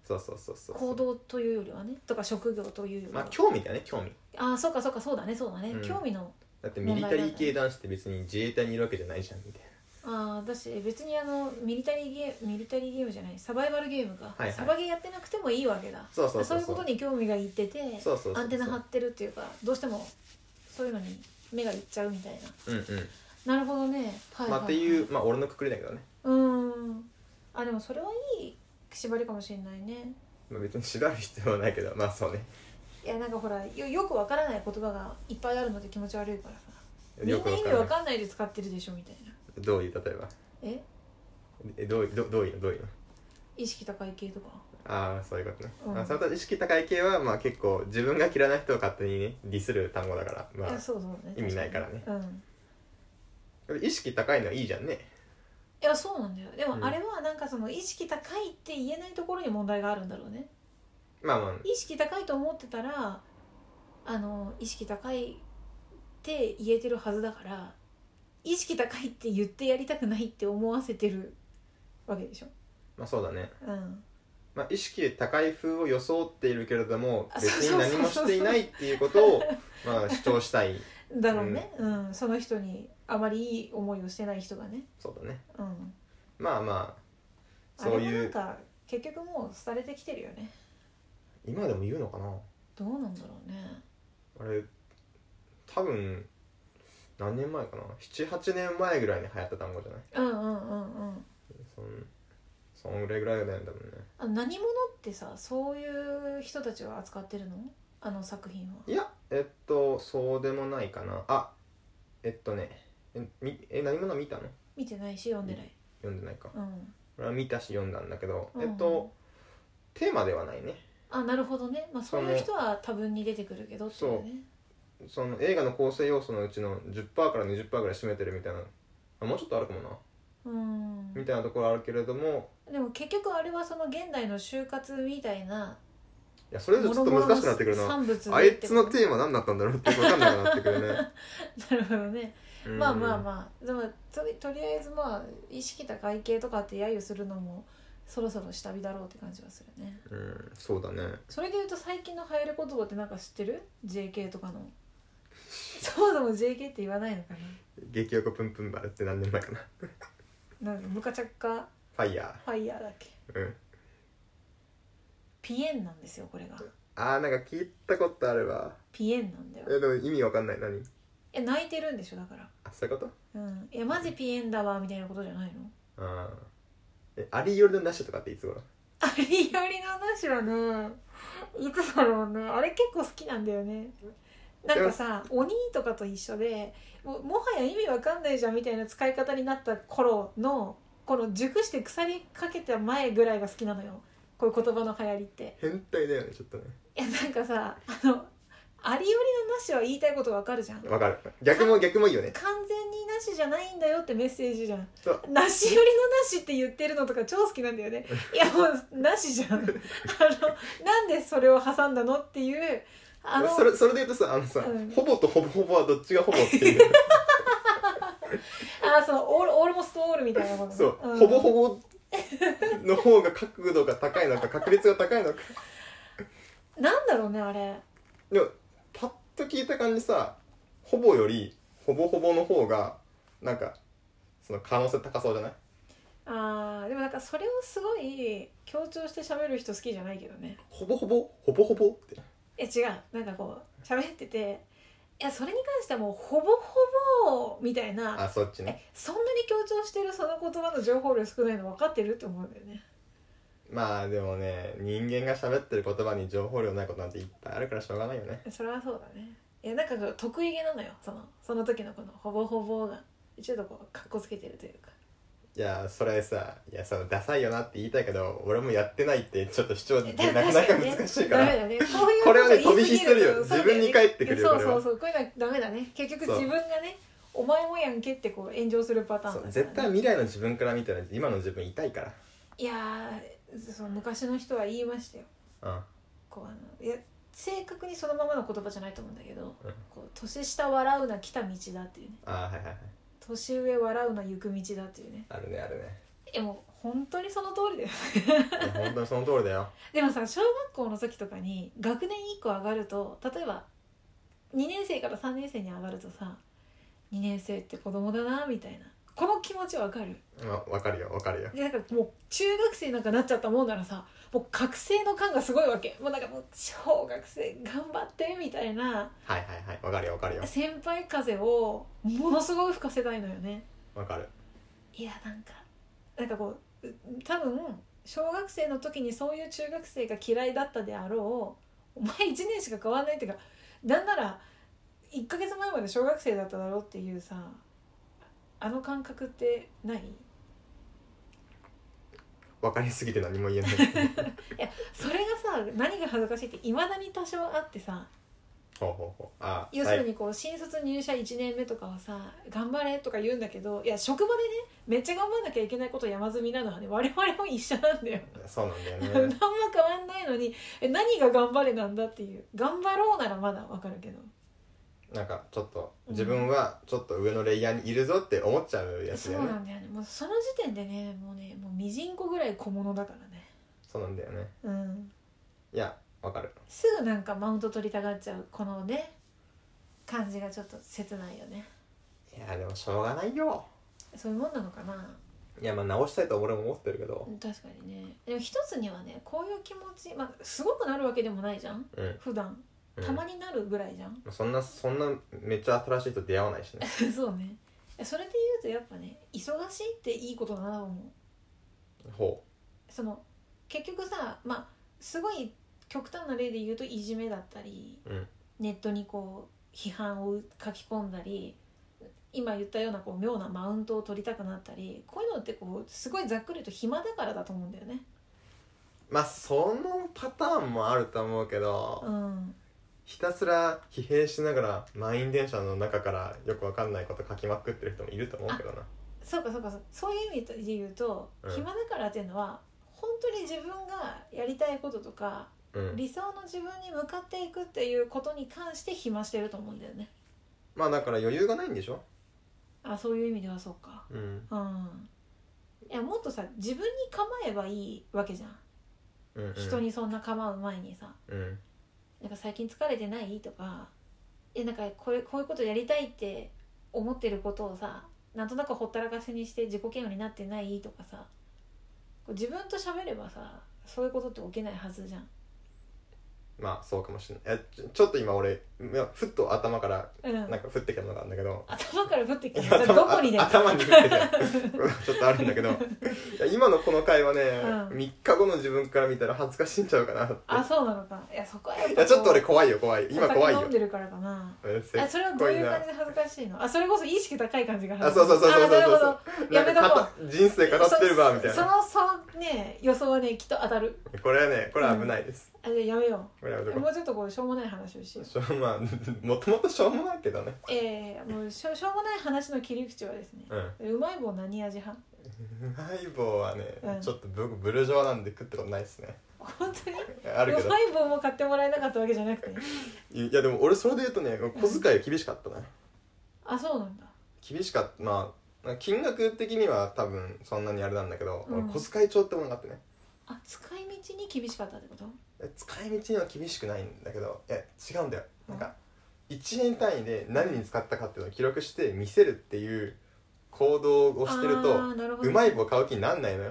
そうそうそうそう行動というよりはねとか職業というよりは、 まあ興味だよね興味。 ああそうかそうかそうだねそうだね、 うん興味のだってミリタリー系男子って別に自衛隊にいるわけじゃないじゃんみたいああだし別にあのミリタリーゲーミリタリーゲームじゃないサバイバルゲームか、 はいはいサバゲーやってなくてもいいわけだ。 そうそうそうそうそういうことに興味がいっててそうそうそうそうアンテナ張ってるっていうかどうしてもそういうのに目がいっちゃうみたいな。 な。うんうん。 なるほどね、はいはいはい、 まあっていうまあ俺のくくりだけどね。 うーんあでもそれはいい縛りかもしれないね。 まあ別に縛る必要はないけどまあそうね。 いやなんかほら よ, よくわからない言葉がいっぱいあるので気持ち悪いからさみんよな意味くわからない。 わかんないで使ってるでしょみたいな。 どういう例えばええどうどどういうのどういうの意識高い系とか。 ああそういうことね、 うんまあ、そのと意識高い系はまあ結構自分が嫌いな人を勝手にねディスる単語だからまあいやそうそうね意味ないからねうん意識高いのはいいじゃんね。 いやそうなんだよ。でうんもあれはなんかその意識高いって言えないところに問題があるんだろうね。 まあまあ意識高いと思ってたらあの意識高いって言えてるはずだから意識高いって言ってやりたくないって思わせてるわけでしょ。 まあそうだね。 うんまあ、意識高い風を装っているけれどもあ別に何もしていないっていうことをまあ主張したい。 だろうね、うんうん、その人にあまりいい思いをしてない人がね。 そうだね。 うんまあまああれもそういうなんか結局もう廃れてきてるよね。 今でも言うのかなどうなんだろうね。あれ多分何年前かな ななはちねんまえぐらいに流行った単語じゃない。 うんうんうんうんそんそんぐらいぐらいだよね多分ね。 あ何者ってさそういう人たちを扱ってるのあの作品は。 いやえっとそうでもないかなあえっとねえみえ何者見たの見てないし読んでない。 読んでないか。 うん俺は見たし読んだんだけど、 うんえっとテーマではないね。 あなるほどね、まあ、そういう人は多分に出てくるけどっていうね。 その映画の構成要素のうちの じゅっパーセント から にじゅっパーセント ぐらい占めてるみたいなあもうちょっとあるかもなうんみたいなところあるけれどもでも結局あれはその現代の就活みたいないやそれじゃちょっと難しくなってくるな。 産物であいつのテーマ何だったんだろうって分かんなくなってくるねなるほどね。まあまあまあでもとり、とりあえずまあ意識高い系とかって揶揄するのもそろそろ下火だろうって感じはするね。 うんそうだね。 それでいうと最近の流行り言葉ってなんか知ってる ジェーケー とかのそもそも ジェーケー って言わないのか激横プンプンバルって何年前かなな。なんかムカチャッカファイヤファイヤーだっけ。 ーうんピエンなんですよこれが。 あーなんか聞いたことあるわ。 ピエンなんだよ。 えでも意味わかんない何え泣いてるんでしょだから。 あそういうことうんいやマジピエンだわみたいなことじゃないの。 あーえアリよりのナッシュとかっていつ頃ありよりの話はねいつだろうね。あれ結構好きなんだよね。なんかさ鬼とかと一緒で も, もはや意味わかんないじゃんみたいな使い方になった頃のこの熟して腐りかけた前ぐらいが好きなのよこういう言葉の流行りって。 変態だよねちょっとね。 いやなんかさあのありよりのなしは言いたいことわかるじゃん。 わかる逆も逆もいいよね。 完全になしじゃないんだよってメッセージじゃん。 そうなしよりのなしって言ってるのとか超好きなんだよね。いやもうなしじゃんあのなんでそれを挟んだのっていうあのそれそれで言うとさあのさ、 うん、 ほぼとほぼほぼはどっちがほぼっていうあそのオールオールモストオールみたいなこと、ね、 そう、 うん、 ほぼほぼの方が角度が高いのか確率が高いのかなんだろうねあれ。 でもパッと聞いた感じさほぼよりほぼほぼの方がなんかその可能性高そうじゃない。 あーでもなんかそれをすごい強調して喋る人好きじゃないけどね。 ほぼほぼほぼほぼってえ違うなんかこう喋ってていやそれに関してはもうほぼほぼみたいな。 あそっちね。 えそんなに強調してるその言葉の情報量少ないの分かってるって思うんだよね。 まあでもね人間が喋ってる言葉に情報量ないことなんていっぱいあるからしょうがないよね。 それはそうだね。いやなんか得意げなのよそのその時のこのほぼほぼがちょっとこうかっこつけてるというか。 いやそれさいやそのダサいよなって言いたいけど俺もやってないってちょっと主張でなかなか難しいから、 ダメだね、こういうこれはね飛び火言い過ぎするよと自分に返ってくるよそうこれは。 そうそうこういうのはダメだね結局自分がねお前もやんけってこう炎上するパターンだから、ね、 絶対未来の自分から見たら今の自分痛いから。 いやーその昔の人は言いましたよ。 うんこうあのいや正確にそのままの言葉じゃないと思うんだけど、 うん、 こう年下笑うな来た道だっていうね。 あはいはいはい年上笑うな行く道だっていうね。 あるねあるね。 えもう本当にその通りだよいや本当にその通りだよ。 でもさ小学校の時とかに学年いっこ上がると例えばにねん生からさんねん生に上がるとさにねん生って子供だなみたいなこの気持ちわかる？ まあ、わかるよわかるよ。 でなんかもう中学生なんかなっちゃったもんならさもう覚醒の感がすごいわけ。もうなんかもう小学生頑張ってみたいなはいはいはいわかるよわかるよ先輩風をものすごい吹かせたいのよね。 わかる。 いやなんかなんかこう多分小学生の時にそういう中学生が嫌いだったであろうお前いちねんしか変わんないっていうかなんならいっかげつまえまで小学生だっただろうっていうさあの感覚ってない？ 分かりすぎて何も言えないいやそれがさ何が恥ずかしいっていまだに多少あってさほうほうほうあ要するにこう新卒入社いちねんめとかはさ頑張れとか言うんだけどいや職場でねめっちゃ頑張んなきゃいけないこと山積みなのはね我々も一緒なんだよそうなんだよね何も変わんないのにえ何が頑張れなんだっていう頑張ろうならまだわかるけどなんかちょっと自分はちょっと上のレイヤーにいるぞって思っちゃうやつだよね、 そうなんだよねもうその時点でねもうねもうミジンコぐらい小物だからねそうなんだよねうんいやわかるすぐなんかマウント取りたがっちゃうこのね感じがちょっと切ないよね。 いやでもしょうがないよ。 そういうもんなのかな。 いやまあ直したいと俺も思ってるけど確かにね。でも一つにはねこういう気持ち、まあ、すごくなるわけでもないじゃん、 うん、 普段たまになるぐらいじゃん、 うん、そんなそんなめっちゃ新しい人出会わないしねそうね。それで言うとやっぱね忙しいっていいことだなと思う。 ほうその結局さまあすごい極端な例で言うといじめだったり、 うん、 ネットにこう批判を書き込んだり今言ったようなこう妙なマウントを取りたくなったりこういうのってこうすごいざっくりと暇だからだと思うんだよね。 まあそのパターンもあると思うけど、 うん、 ひたすら疲弊しながら満員電車の中からよくわかんないこと書きまくってる人もいると思うけどな。 そうかそうかそうそういう意味で言うと、うん、暇だからっていうのは本当に自分がやりたいこととか、うん、理想の自分に向かっていくっていうことに関して暇してると思うんだよね。 まあだから余裕がないんでしょ。 あ、そういう意味ではそうか。 うん、 うん、いやもっとさ自分に構えばいいわけじゃん、うんうん、人にそんな構う前にさ、うん、なんか最近疲れてないとかいやなんかこれこういうことやりたいって思ってることをさなんとなくほったらかしにして自己嫌悪になってないとかさ自分と喋ればさそういうことって起きないはずじゃん。 まあそうかもしれない。ちょ、ちょっと今俺ふっと頭からなんか降ってきたのがあるんだけど、うん、 頭から降ってきたどこにね頭に降ってきたちょっとあるんだけどいや今のこの会話ね、うん、みっかごの自分から見たら恥ずかしいんちゃうかなって。 あ、そうなのか。いやそこはやっぱいやちょっと俺怖いよ怖い今怖いよ。 お酒飲んでるからかな。えそれはどういう感じで恥ずかしいの？あそれこそ意識高い感じが恥ずかしい。 あそうそうそうそうそうそうそうやめとこう。 人生語ってるわみたいな。 そのそのね予想はねきっと当たる。 これはねこれは危ないです。 うん、あやめよう。 これはもうちょっとこうしょうもない話をしよう。 しょうまあもともとしょうもないけどね。 ええー、もうしょしょうもない話の切り口はですね。うん、うまい棒何味派？ うまい棒はね、うん、ちょっと僕ブルジョワなんで食ったことないですね。 本当に？ あるけど。 うまい棒も買ってもらえなかったわけじゃなくて。 いやでも俺それで言うとね小遣い厳しかったね。 うん、あそうなんだ。 厳しかったまあ金額的には多分そんなにあれなんだけど、うん、小遣い帳ってものがあってね。 あ使い道に厳しかったってこと？ 使い道には厳しくないんだけどいや違うんだよ。なんかいちねん単位で何に使ったかっていうのを記録して見せるっていう行動をしてるとうまい棒買う気になんないのよ。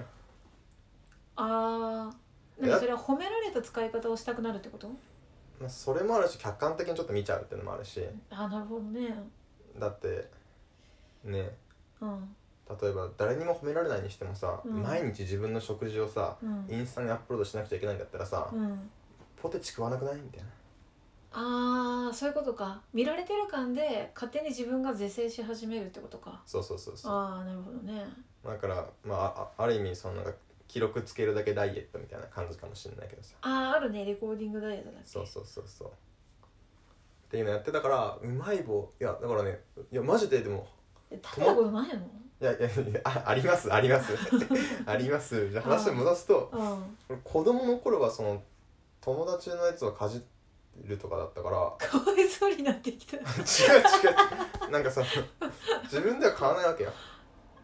ああ、なんかそれは褒められた使い方をしたくなるってこと？ まあ、それもあるし客観的にちょっと見ちゃうっていうのもあるし。 あなるほどね。 だってね、 うん、 例えば誰にも褒められないにしてもさ、うん、毎日自分の食事をさ、うん、インスタにアップロードしなくちゃいけないんだったらさ、うん、ポテチ食わなくないみたいな。 ああそういうことか。見られてる感で勝手に自分が是正し始めるってことか。 そうそうそうそう。 ああなるほどね。 だからまあ あ, ある意味そのなんか記録つけるだけダイエットみたいな感じかもしれないけどさ。 あああるねレコーディングダイエットだっけ。 そうそうそうそうっていうのやってたからうまい棒いやだからねいやマジででも食べたことないの？ いやいやいや あ, ありますありますあります。じゃあ話を戻すと子供の頃はその友達のやつをかじるとかだったからかわいそうになってきた違う違うなんかさ自分では買わないわけよ。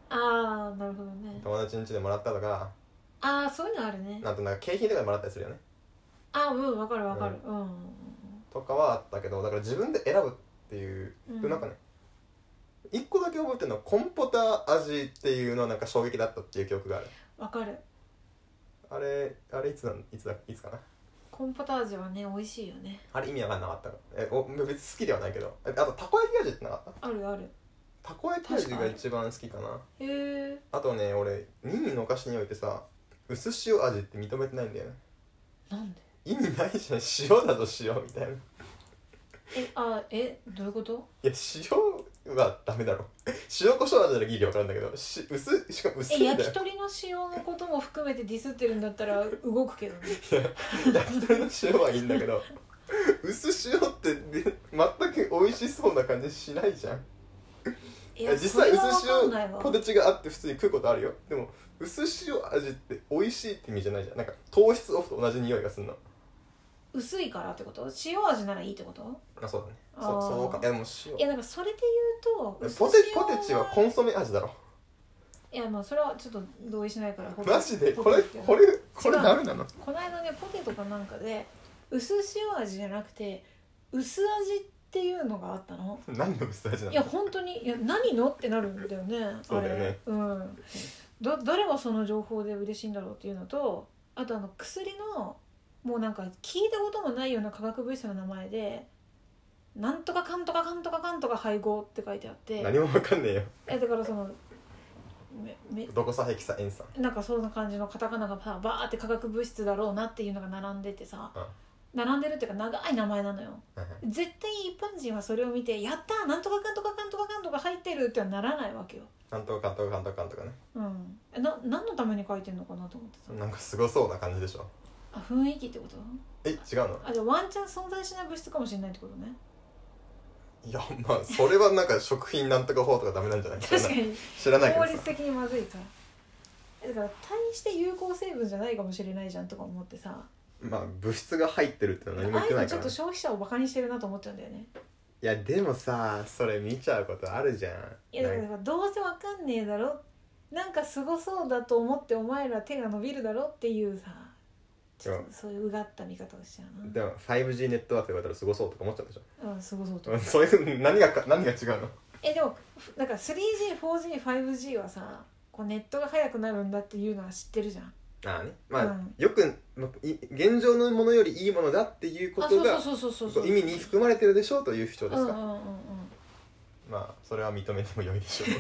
ああなるほどね。 友達ん家でもらったとか、 ああそういうのあるね。 なんとなんか景品とかでもらったりするよね。 ああうんわかるわかる、うん、うん、 とかはあったけど、だから自分で選ぶっていう、 うん、 でなんかね一個だけ覚えてるのはコンポタ味っていうのはなんか衝撃だったっていう記憶がある。 わかる。 あれあれいつなんいつだいつかな。 コーンポタージュはね美味しいよね。 あれ意味わかんなかったえお別に好きではないけど、えあとたこ焼き味ってなかった？ あるある。 たこ焼き味が一番好きかな。 へえ。 あとね俺任意のお菓子においてさ薄塩味って認めてないんだよね。 なんで？ 意味ないじゃん、塩だと塩みたいな。 えあえどういうこと？ いや塩はダメだろ。塩コショウ味ならギリ分かるんだけど、し薄しかも薄いんだよ。 え焼き鳥の塩のことも含めてディスってるんだったら動くけどね。 いや焼き鳥の塩はいいんだけど薄塩ってで全く美味しそうな感じしないじゃん。 いや実際薄塩ポポテチがあって普通に食うことあるよ。でも薄塩味って美味しいって意味じゃないじゃん。なんか糖質オフと同じ匂いがするの。 薄いからってこと？塩味ならいいってこと？ あそうだね。 あそそうか。いやもう塩いやなんかそれで言うとポテポテチはコンソメ味だろ。 いやまあそれはちょっと同意しないからマジでこれこれこれダメなの？ この間ねポテトかなんかで薄塩味じゃなくて薄味っていうのがあったの。 何の薄味なの？ いや本当にいや何のってなるんだよね。 そうだよね。 あれうんど誰がその情報で嬉しいんだろうっていうのと、あとあの薬のもうなんか聞いたこともないような化学物質の名前でなんとかかんとかかんとかかんとか配合って書いてあって、 何も分かんねえよ。 えだからそのめめどこさヘキサ塩酸なんかそんな感じのカタカナがさバーって化学物質だろうなっていうのが並んでてさ、 うん並んでるっていうか長い名前なのよ。 うん絶対一般人はそれを見てやったーなんとかかんとかかんとかかんとか入ってるってはならないわけよ。 なんとかかんとかかんとかかんとかね。 うんえな何のために書いてんのかなと思ってさ。 なんかすごそうな感じでしょ。 あ雰囲気ってこと？ え違うの？ あじゃあワンチャン存在しない物質かもしれないってことね。 いやまあそれはなんか食品なんとか法とかダメなんじゃない？ 確かに知らないけどさ。 法律的にまずいから。だから大して有効成分じゃないかもしれないじゃんとか思ってさ。 まあ物質が入ってるってのは何も言ってないから、ね、 ああいうのちょっと消費者をバカにしてるなと思っちゃうんだよね。 いやでもさそれ見ちゃうことあるじゃん。 いやだからどうせわかんねえだろ、なんかすごそうだと思ってお前ら手が伸びるだろっていうさ、ちょっとそういううがった見方をしちゃうな。 でも ファイブジー ネットワークと言われたらすごそうとか思っちゃうでしょ。 うんすごそうとそういう何が何が違うの？ えでもなんか スリージー、フォージー、ファイブジー はさこうネットが速くなるんだっていうのは知ってるじゃん。 ああねまあ、 うん、 よくい現状のものよりいいものだっていうことが意味に含まれてるでしょうという主張ですか。 うんうんうんうん、 まあそれは認めても良いでしょう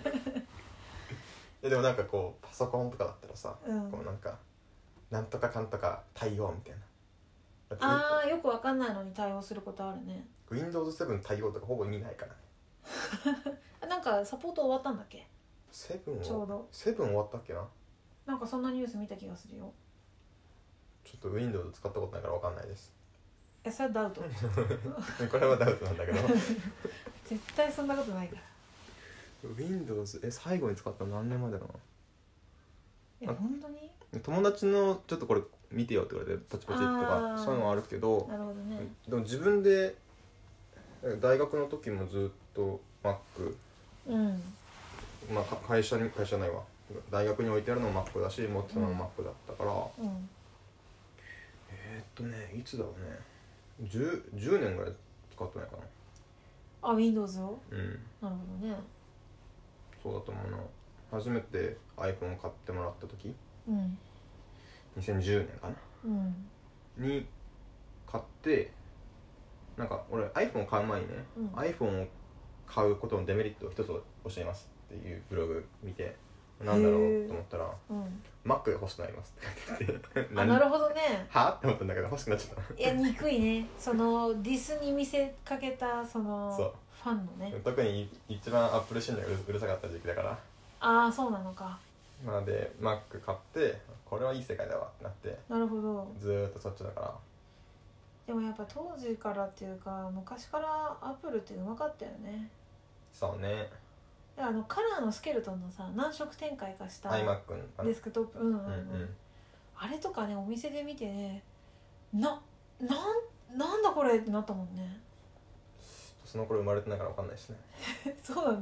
えでもなんかこうパソコンとかだったらさ、うん、こうなんかなんとかかんとか対応みたいな。 あーよくわかんないのに対応することあるね。 ウィンドウズセブン 対応とかほぼ意味ないからねなんかサポート終わったんだっけ？ セブンちょうどセブン終わったっけな。 なんかそんなニュース見た気がするよ。 ちょっと Windows 使ったことないから分かんないです。 えそれはダウトこれはダウトなんだけど絶対そんなことないから。 Windows え最後に使ったの何年前だろうな。え本当に友達のちょっとこれ見てよって言われてポチポチとかそういうのはあるけど、 なるほどね。 でも自分で大学の時もずっと Mac、 うんまあ、会社に会社ないわ大学に置いてあるのも Mac だし持ってたのも Mac だったから、うん、えー、っとねいつだろうね 10, じゅうねんぐらい使ってないかな。 あ Windows を、 うん、 なるほどね。 そうだと思うな。初めて iPhone を買ってもらった時、 うん、 にせんじゅうねんかな、うん、に買ってなんか俺 iPhone を買う前にね、うん、iPhone を買うことのデメリットを一つ教えますっていうブログ見てなんだろうと思ったら、うん、Mac が欲しくなりますって書いてあってあなるほどねはって思ったんだけど欲しくなっちゃった。 いや憎いねそのディスに見せかけたそのファンのね。 特に一番 Apple 信者がうるさかった時期だから。 ああそうなのか。 なので Mac 買ってこれはいい世界だわってなって。 なるほど。 ずーっとそっちだから。 でもやっぱ当時からっていうか昔からアップルってうまかったよね。 そうね。 あのカラーのスケルトンのさ何色展開かした iMac デスクトップうんうんうん、うんうん、あれとかねお店で見てねな、なんなんだこれってなったもんね。 その頃生まれてないから分かんないしねそうなんだ。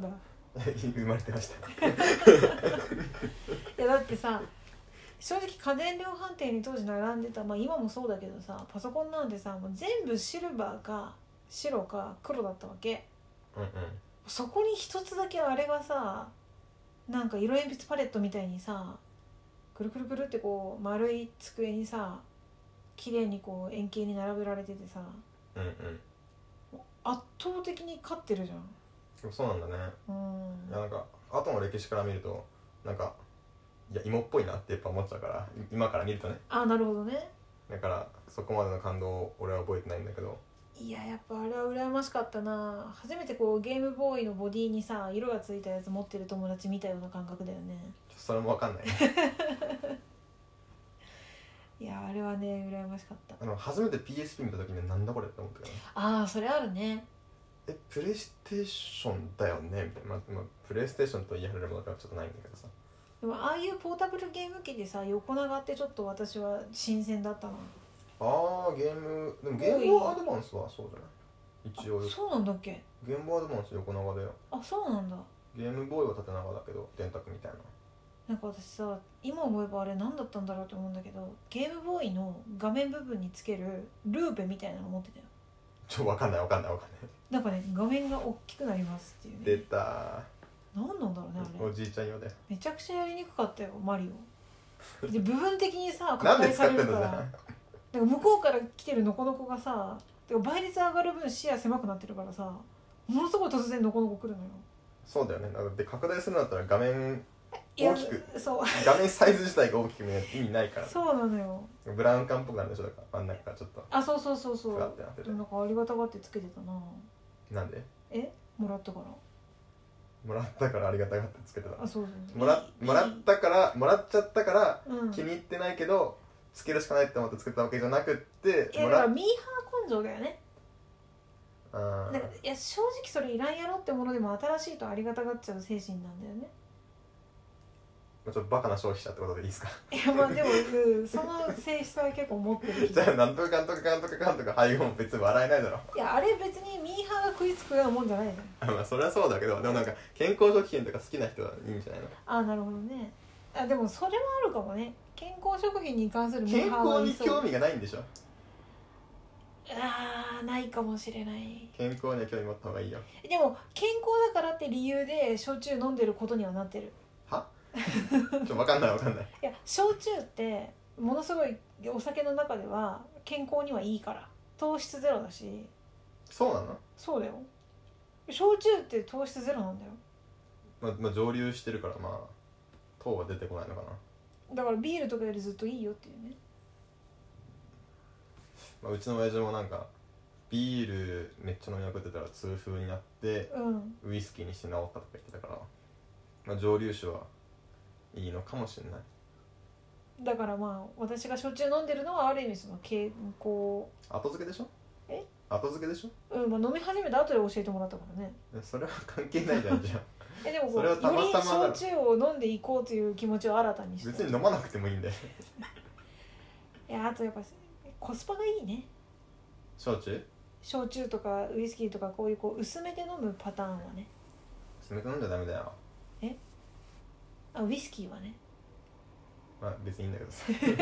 生まれてましたいやだってさ正直家電量販店に当時並んでた、まあ今もそうだけどさ、パソコンなんてさもう全部シルバーか白か黒だったわけ。 うんうん。 そこに一つだけあれがさ、なんか色鉛筆パレットみたいにさ、くるくるくるってこう丸い机にさ綺麗にこう円形に並べられててさ、 うんうん。 圧倒的に勝ってるじゃん。 そうなんだね。 うん。 いやなんか後の歴史から見るとなんかいや芋っぽいなってやっぱ思っちゃうから、今から見るとね。 あ、なるほどね。 だからそこまでの感動を俺は覚えてないんだけど。 いややっぱあれは羨ましかったな。初めてこうゲームボーイのボディにさ色がついたやつ持ってる友達見たような感覚だよね。 それも分かんないいやあれはね羨ましかった。 あの初めて ピーエスピー 見た時になんだこれって思ったけどね。 ああそれあるね。 えプレイステーションだよねみたいな、まあまあ、プレイステーションと言い張れるものがちょっとないんだけどさ。 でもああいうポータブルゲーム機でさ横長ってちょっと私は新鮮だったな。 ああゲームでもゲームボーイアドバンスはそうじゃない一応。 そうなんだっけ。 ゲームボーイアドバンス横長だよ。 あそうなんだ。 ゲームボーイは縦長だけど電卓みたいな。 なんか私さ今思えばあれ何だったんだろうと思うんだけど、ゲームボーイの画面部分につけるルーペみたいなの持ってたよ。 ちょ分かんない分かんない分かんない。 なんかね画面が大きくなりますっていうね。 出た何なんだろうねあれ。 おじいちゃん用だよ。 めちゃくちゃやりにくかったよマリオで部分的にさなんで拡大され使ってんのじゃるから、なんか向こうから来てるノコノコがさ、てか倍率上がる分視野狭くなってるからさ、ものすごい突然ノコノコ来るのよ。 そうだよね。だって拡大するんだったら画面いや大きく、 そう画面サイズ自体が大きく見ないと意味ないから。 そうなのよ。 ブラウン管っぽくなるでしょ。だから真ん中からちょっとあそうそうそうそう。 ふわってなってて。 なんかありがたがってつけてたな。 なんでえもらったから。 もらったからありがたがってつけてた。 あそうそうもらもらったからもらっちゃったから、 うん、 気に入ってないけどつけるしかないって思ってつけたわけじゃなくって、 いやだからミーハー根性だよね。 あだからいや正直それいらんやろってものでも新しいとありがたがっちゃう精神なんだよね。 ちょっとバカな消費者ってことでいいですか。 いやまあでも、うん、その性質は結構持ってるじゃあなんとかかんとかかんとかかんとか配合も別に笑えないだろ。 いやあれ別にミーハーが食いつくようなもんじゃないじゃん。 まあそれはそうだけど、でもなんか健康食品とか好きな人はいいんじゃないの。 ああなるほどね。あでもそれはあるかもね。健康食品に関するミー健ハーは康いそう。 に興味がないんでしょ。 ああないかもしれない。 健康には興味持った方がいいよ。 でも健康だからって理由で焼酎飲んでることにはなってる。 はちょ分かんない分かんない。 いや焼酎ってものすごいお酒の中では健康にはいいから、糖質ゼロだし。 そうなの。 そうだよ。焼酎って糖質ゼロなんだよ。 まあ、まあ蒸留してるからまあ糖は出てこないのかな。 だからビールとかよりずっといいよっていうね。 まあ、うちの親父もなんかビールめっちゃ飲みまくってたら痛風になって、 うん、 ウイスキーにして治ったとか言ってたから、まあ、蒸留酒はいいのかもしれない。 だからまあ私が焼酎飲んでるのはある意味その健康。 後付けでしょ。 え後付けでしょ。 うん、まあ、飲み始めた後で教えてもらったからね。 それは関係ないじゃんじゃあえでもこうそれはたまたまより焼酎を飲んでいこうという気持ちを新たにして。 別に飲まなくてもいいんだよいやあとやっぱコスパがいいね。 焼酎焼酎とかウイスキーとかこういうこう薄めて飲むパターンはね。 冷て飲んじゃダメだよ。 えあウイスキーはね。 まあ別にいいんだけどさ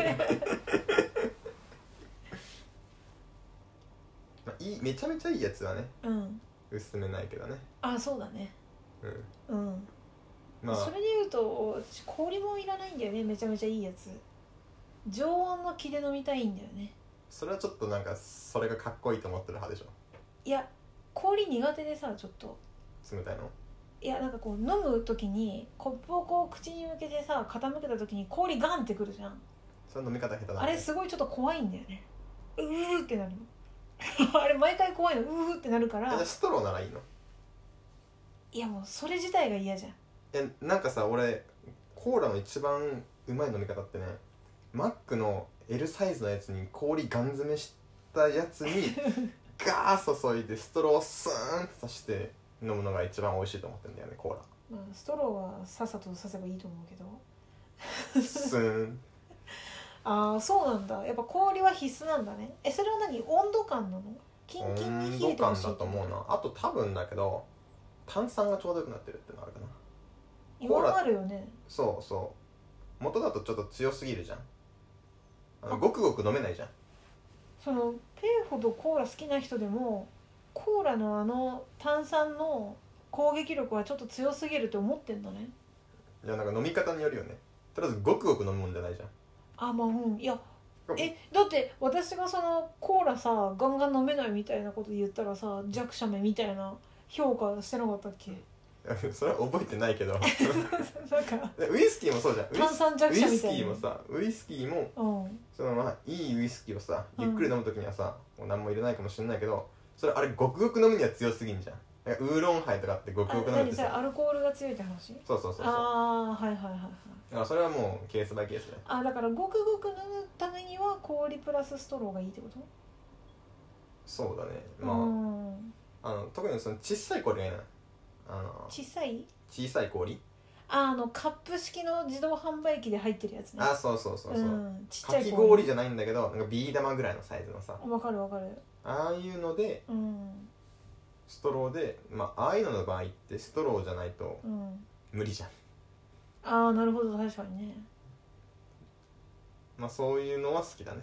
まあいいめちゃめちゃいいやつはね、 うん、 薄めないけどね。 あそうだね。 うんうんまあそれでいうと私氷もいらないんだよね。めちゃめちゃいいやつ常温の木で飲みたいんだよね。 それはちょっとなんかそれがかっこいいと思ってる派でしょ。 いや氷苦手でさちょっと。 冷たいの。 いやなんかこう飲む時にコップをこう口に向けてさ傾けた時に氷ガンってくるじゃん。 それ飲み方下手だね。 あれすごいちょっと怖いんだよね。うーってなるのあれ毎回怖いの。うーってなるから。 じゃあストローならいいの。 いやもうそれ自体が嫌じゃん。 えなんかさ俺コーラの一番うまい飲み方ってね、マックの L サイズのやつに氷ガン詰めしたやつにガー注いでストローをスーンとさして飲むのが一番美味しいと思ってるんだよねコーラ。 まあ、ストローはさっさとさせばいいと思うけどスーンああそうなんだ。やっぱ氷は必須なんだね。えそれは何温度感なの。キンキンに冷えてほしい。 温度感だと思うな。あと多分だけど炭酸がちょうどよくなってるってのあるかな。 今もあるよね。 そうそう元だとちょっと強すぎるじゃん。あのごくごく飲めないじゃん。 そのペイほどコーラ好きな人でもコーラのあの炭酸の攻撃力はちょっと強すぎるって思ってんだね。 いやなんか飲み方によるよね。とりあえずごくごく飲むもんじゃないじゃん。 あまあうんいやえだって私がそのコーラさガンガン飲めないみたいなこと言ったらさ弱者目みたいな評価してなかったっけ？ それは覚えてないけどなんかウイスキーもそうじゃん。 炭酸弱者みたいな。 ウイスキーもさウイスキーも、うん、そのまあいいウイスキーをさゆっくり飲むときにはさ、うん、もう何も入れないかもしれないけどそれあれごくごく飲むには強すぎんじゃん。ウーロンハイとかってごくごく飲むってさ、 何それアルコールが強いって話？ そうそうそうそう。 ああはいはいはいはい。 だからそれはもうケースバイケースだよ。 あだからごくごく飲むためには氷プラスストローがいいってこと？ そうだね。まあ、うん、あの特にその小さい氷がいいな。あの小さい小さい氷ああのカップ式の自動販売機で入ってるやつね。 あそうそうそうそう、うん、 ちっちゃい氷かき氷じゃないんだけどなんかビー玉ぐらいのサイズのさわかるわかるああいうので、うん、ストローでまあああいうのの場合ってストローじゃないと無理じゃん、 うん、ああなるほど確かにね。 まあそういうのは好きだね。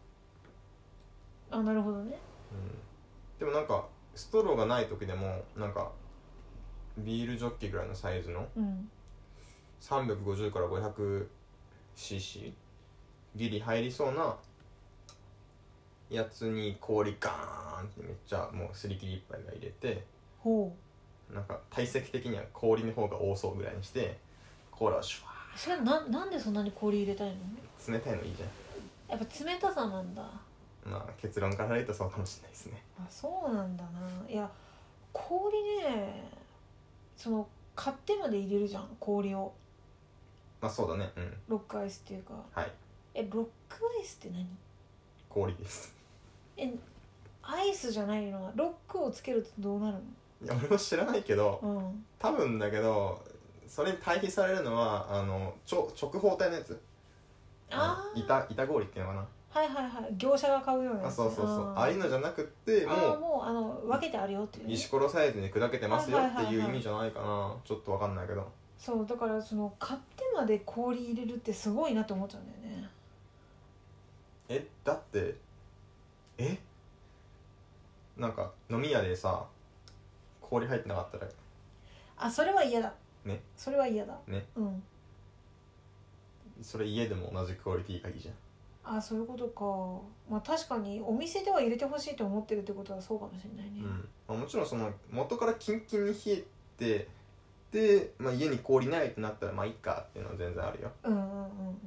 あなるほどね、 うん、でもなんかストローがない時でもなんかビールジョッキぐらいのサイズの、うん、さんびゃくごじゅうから ごひゃくシーシー ギリ入りそうなやつに氷ガーンってめっちゃもうすり切りいっぱいが入れてほうなんか体積的には氷の方が多そうぐらいにしてコーラをシュワーそれななんでそんなに氷入れたいの？ 冷たいのいいじゃん。やっぱ冷たさなんだ。 まあ結論から言うとそうかもしれないですね。 あそうなんだな。いや氷ねその買ってまで入れるじゃん氷を。 まあそうだねうんロックアイスっていうかはいえロックアイスって何？ 氷です。 えアイスじゃないのはロックをつけるとどうなるの？ いや俺も知らないけど、うん、多分だけどそれに対比されるのはあのちょ直方体のやつあ板板氷っていうのかなはいはいはい業者が買うようなやつ、 あそうそうそうああいうのじゃなくってもうあもうあの分けてあるよっていう、ね、 石ころサイズに砕けてますよっていう意味じゃないかな、はいはいはいはい、ちょっと分かんないけどそうだからその買ってまで氷入れるってすごいなって思っちゃうんだよね。 えだってえなんか飲み屋でさ氷入ってなかったらあそれは嫌だねそれは嫌だねうんそれ家でも同じクオリティがいいじゃん。あそういうことか。まあ確かにお店では入れてほしいと思ってるってことはそうかもしれないね、 うんまあ、もちろんその元からキンキンに冷えてで、まあ、家に氷ないってなったらまあいいかっていうのは全然あるよ。 うんうんうんうん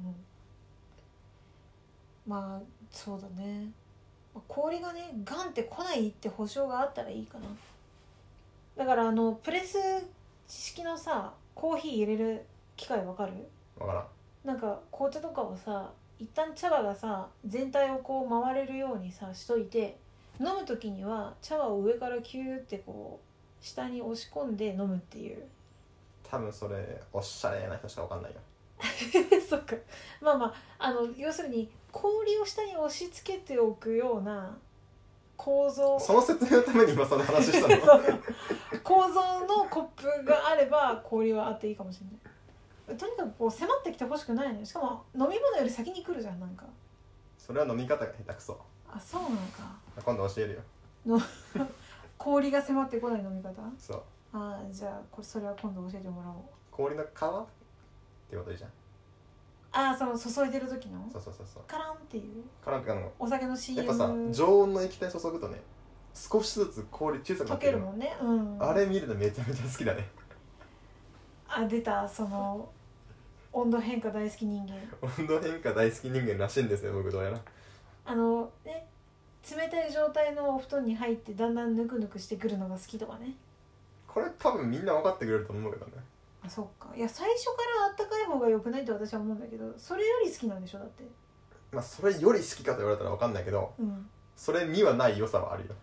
まあそうだね。氷がねガンって来ないって保証があったらいいかな。だからあのプレス式のさコーヒー入れる機械わかる？ わからん。 なんか紅茶とかをさ一旦茶葉がさ全体をこう回れるようにさしといて飲む時には茶葉を上からキューってこう下に押し込んで飲むっていう。 多分それおしゃれな人しかわかんないよそっかまあまああの要するに氷を下に押し付けておくような構造その説明のために今その話したの構造のコップがあれば氷はあっていいかもしれない。とにかくこう迫ってきてほしくないのよ。しかも飲み物より先に来るじゃん。なんかそれは飲み方が下手くそ。 あそうなのか。 今度教えるよの氷が迫ってこない飲み方。 そうあじゃあこれそれは今度教えてもらおう。 氷の皮ってことじゃん。 ああその注いでる時のそうそうそうそうカランっていうカランってあのお酒の シーエムやっぱさ常温の液体注ぐとね少しずつ氷小さくなってる溶けるもんね、うん、 あれ見るのめちゃめちゃ好きだね。 あ出たその温度変化大好き人間温度変化大好き人間らしいんですよ僕どうやら。 あのね冷たい状態のお布団に入ってだんだんぬくぬくしてくるのが好きとかね。 これ多分みんな分かってくれると思うけどね。 あそっか。いや最初からあったかい方が良くないと私は思うんだけどそれより好きなんでしょだって。まあそれより好きかと言われたら分かんないけど、うん、それにはない良さはあるよ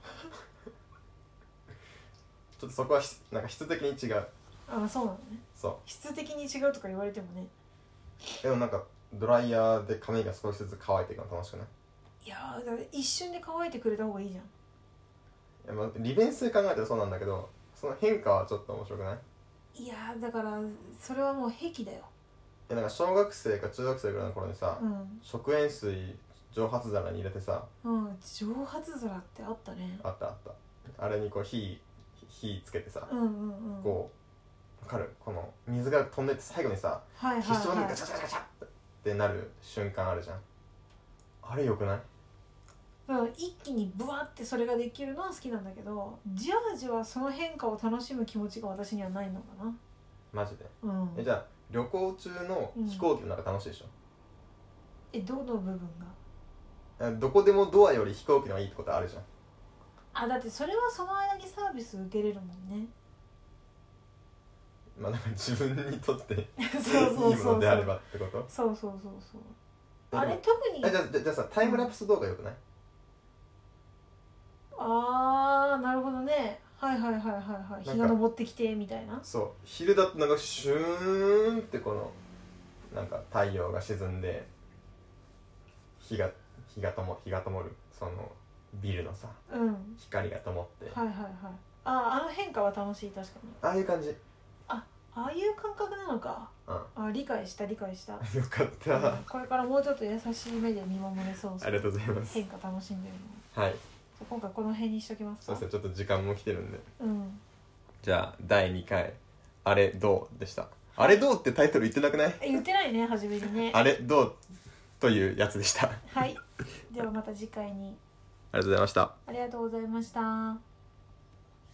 ちょっとそこはなんか質的に違う。 あそうなのね。 そう質的に違うとか言われてもね。 でもなんかドライヤーで髪が少しずつ乾いていくの楽しくない？ いやだから一瞬で乾いてくれた方がいいじゃん。 いや、まあ、利便性考えたらそうなんだけどその変化はちょっと面白くない？ いやだからそれはもう癖だよ。 いやなんか小学生か中学生ぐらいの頃にさ、 うん、 食塩水蒸発皿に入れてさ、 うん、蒸発皿ってあったね。 あったあった、あれにこう火火つけてさ、 うんうんうん、 こう分かる、この水が飛んでって最後にさ、 はいはいはい、 必勝にガチャガチャガチャってなる瞬間あるじゃん。あれよくない？ うん、一気にブワーってそれができるのは好きなんだけど、じわじわその変化を楽しむ気持ちが私にはないのかな。 マジで、 うん、 えじゃあ旅行中の飛行機の中楽しいでしょ、 うん、えどの部分がどこでもドアより飛行機の方がいいってことあるじゃん。 あ、だってそれはその間にサービス受けれるもんね。 まあなんか自分にとってそうそうそうそういいものであればってこと？ そうそうそうそう。あれ特にえじゃあじゃあさタイムラプス動画よくない？ あーなるほどね。はいはいはいはいはい。日が昇ってきてみたいな。 そう昼だとなんかシューンってこのなんか太陽が沈んで日が日がとも日が灯るそのビルのさ、 うん、 光が灯って、 はいはいはい。ああの変化は楽しい。確かにああいう感じ。 あああいう感覚なのか。 うん、 あ理解した理解したよかった、 うん、これからもうちょっと優しい目で見守れそう。 ありがとうございます。 変化楽しんでるの。はい。 今回この辺にしときますか。 そうですね、ちょっと時間も来てるんで。 うん。 じゃあだいにかいあれどうでした。あれどうってタイトル言ってなくない？ え言ってないね初めにね。 あれどうというやつでした。 はい。ではまた次回に。 ありがとうございました。 ありがとうございました。